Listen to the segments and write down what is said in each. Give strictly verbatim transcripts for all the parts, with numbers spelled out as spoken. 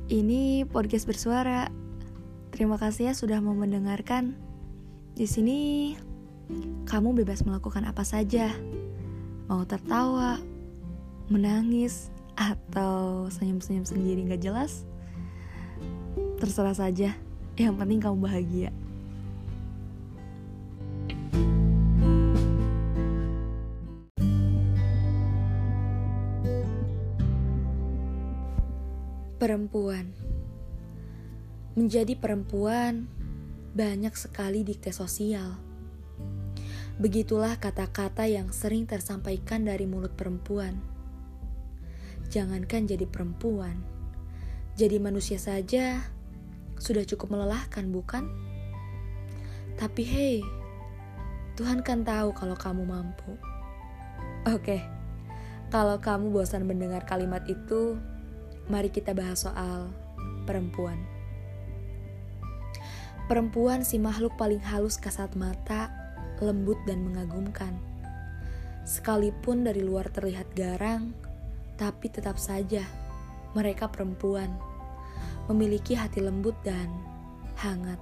Ini podcast bersuara. Terima kasih ya sudah mau mendengarkan. Di sini kamu bebas melakukan apa saja. Mau tertawa, menangis, atau senyum-senyum sendiri gak jelas. Terserah saja. Yang penting kamu bahagia. Perempuan. Menjadi perempuan banyak sekali dikte sosial. Begitulah kata-kata yang sering tersampaikan dari mulut perempuan. Jangankan jadi perempuan, jadi manusia saja sudah cukup melelahkan, bukan? Tapi hei, Tuhan kan tahu kalau kamu mampu. Oke, kalau kamu bosan mendengar kalimat itu, mari kita bahas soal perempuan. Perempuan si makhluk paling halus kasat mata, lembut dan mengagumkan. Sekalipun dari luar terlihat garang, tapi tetap saja mereka perempuan, memiliki hati lembut dan hangat.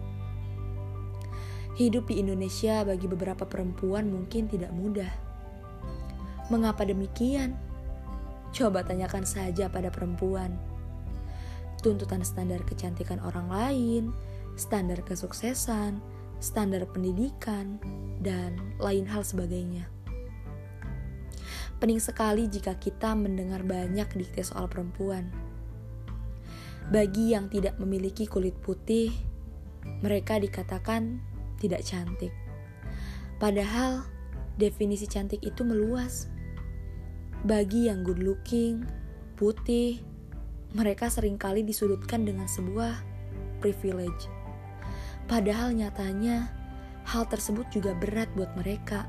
Hidup di Indonesia bagi beberapa perempuan mungkin tidak mudah. Mengapa demikian? Coba tanyakan saja pada perempuan. Tuntutan standar kecantikan orang lain, standar kesuksesan, standar pendidikan, dan lain hal sebagainya. Pening sekali jika kita mendengar banyak dikte soal perempuan. Bagi yang tidak memiliki kulit putih, mereka dikatakan tidak cantik. Padahal definisi cantik itu meluas. Bagi yang good looking, putih, mereka seringkali disudutkan dengan sebuah privilege. Padahal nyatanya, hal tersebut juga berat buat mereka.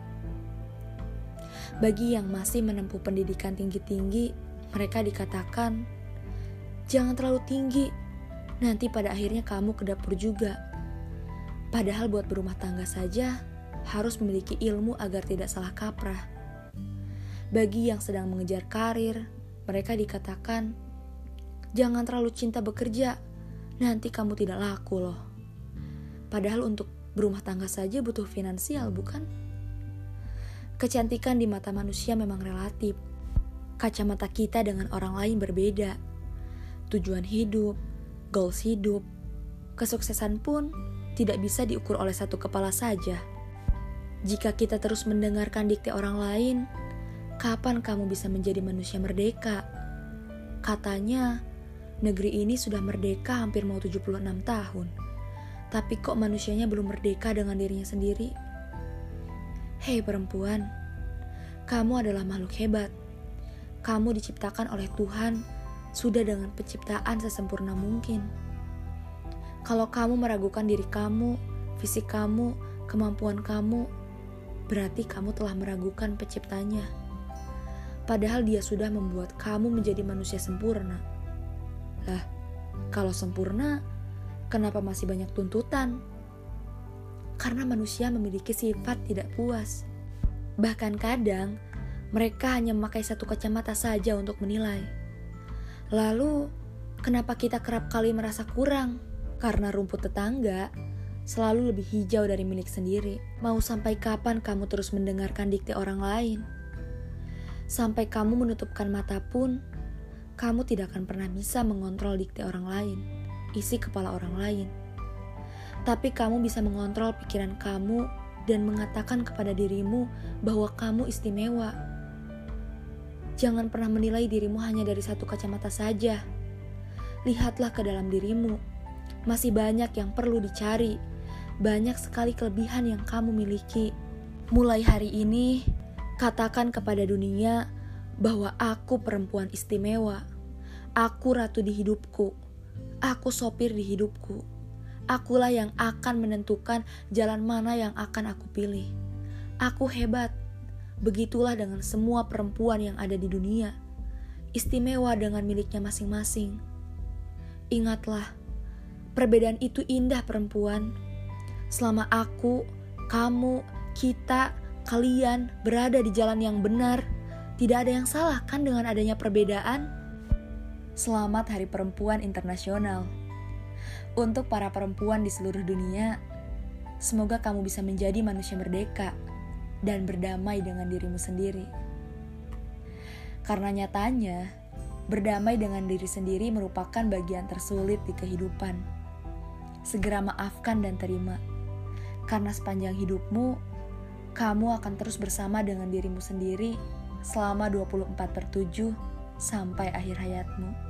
Bagi yang masih menempuh pendidikan tinggi-tinggi, mereka dikatakan, jangan terlalu tinggi, nanti pada akhirnya kamu ke dapur juga. Padahal buat berumah tangga saja, harus memiliki ilmu agar tidak salah kaprah. Bagi yang sedang mengejar karir, mereka dikatakan, jangan terlalu cinta bekerja, nanti kamu tidak laku loh. Padahal untuk berumah tangga saja butuh finansial, bukan? Kecantikan di mata manusia memang relatif. Kacamata kita dengan orang lain berbeda. Tujuan hidup, goals hidup, kesuksesan pun tidak bisa diukur oleh satu kepala saja. Jika kita terus mendengarkan dikte orang lain, kapan kamu bisa menjadi manusia merdeka? Katanya, negeri ini sudah merdeka hampir mau tujuh puluh enam tahun. Tapi kok manusianya belum merdeka dengan dirinya sendiri? Hei perempuan, kamu adalah makhluk hebat. Kamu diciptakan oleh Tuhan sudah dengan penciptaan sesempurna mungkin. Kalau kamu meragukan diri kamu, fisik kamu, kemampuan kamu, berarti kamu telah meragukan penciptanya. Padahal dia sudah membuat kamu menjadi manusia sempurna. Lah, kalau sempurna, kenapa masih banyak tuntutan? Karena manusia memiliki sifat tidak puas. Bahkan kadang, mereka hanya memakai satu kacamata saja untuk menilai. Lalu, kenapa kita kerap kali merasa kurang? Karena rumput tetangga selalu lebih hijau dari milik sendiri. Mau sampai kapan kamu terus mendengarkan dikte orang lain? Sampai kamu menutupkan mata pun, kamu tidak akan pernah bisa mengontrol dikte orang lain, isi kepala orang lain. Tapi kamu bisa mengontrol pikiran kamu dan mengatakan kepada dirimu bahwa kamu istimewa. Jangan pernah menilai dirimu hanya dari satu kacamata saja. Lihatlah ke dalam dirimu. Masih banyak yang perlu dicari. Banyak sekali kelebihan yang kamu miliki. Mulai hari ini, katakan kepada dunia bahwa aku perempuan istimewa. Aku ratu di hidupku. Aku sopir di hidupku. Akulah yang akan menentukan jalan mana yang akan aku pilih. Aku hebat. Begitulah dengan semua perempuan yang ada di dunia. Istimewa dengan miliknya masing-masing. Ingatlah, perbedaan itu indah perempuan. Selama aku, kamu, kita, kalian berada di jalan yang benar, tidak ada yang salah kan dengan adanya perbedaan? Selamat Hari Perempuan Internasional. Untuk para perempuan di seluruh dunia, semoga kamu bisa menjadi manusia merdeka dan berdamai dengan dirimu sendiri. Karena nyatanya, berdamai dengan diri sendiri merupakan bagian tersulit di kehidupan. Segera maafkan dan terima, karena sepanjang hidupmu, kamu akan terus bersama dengan dirimu sendiri selama dua puluh empat per tujuh sampai akhir hayatmu.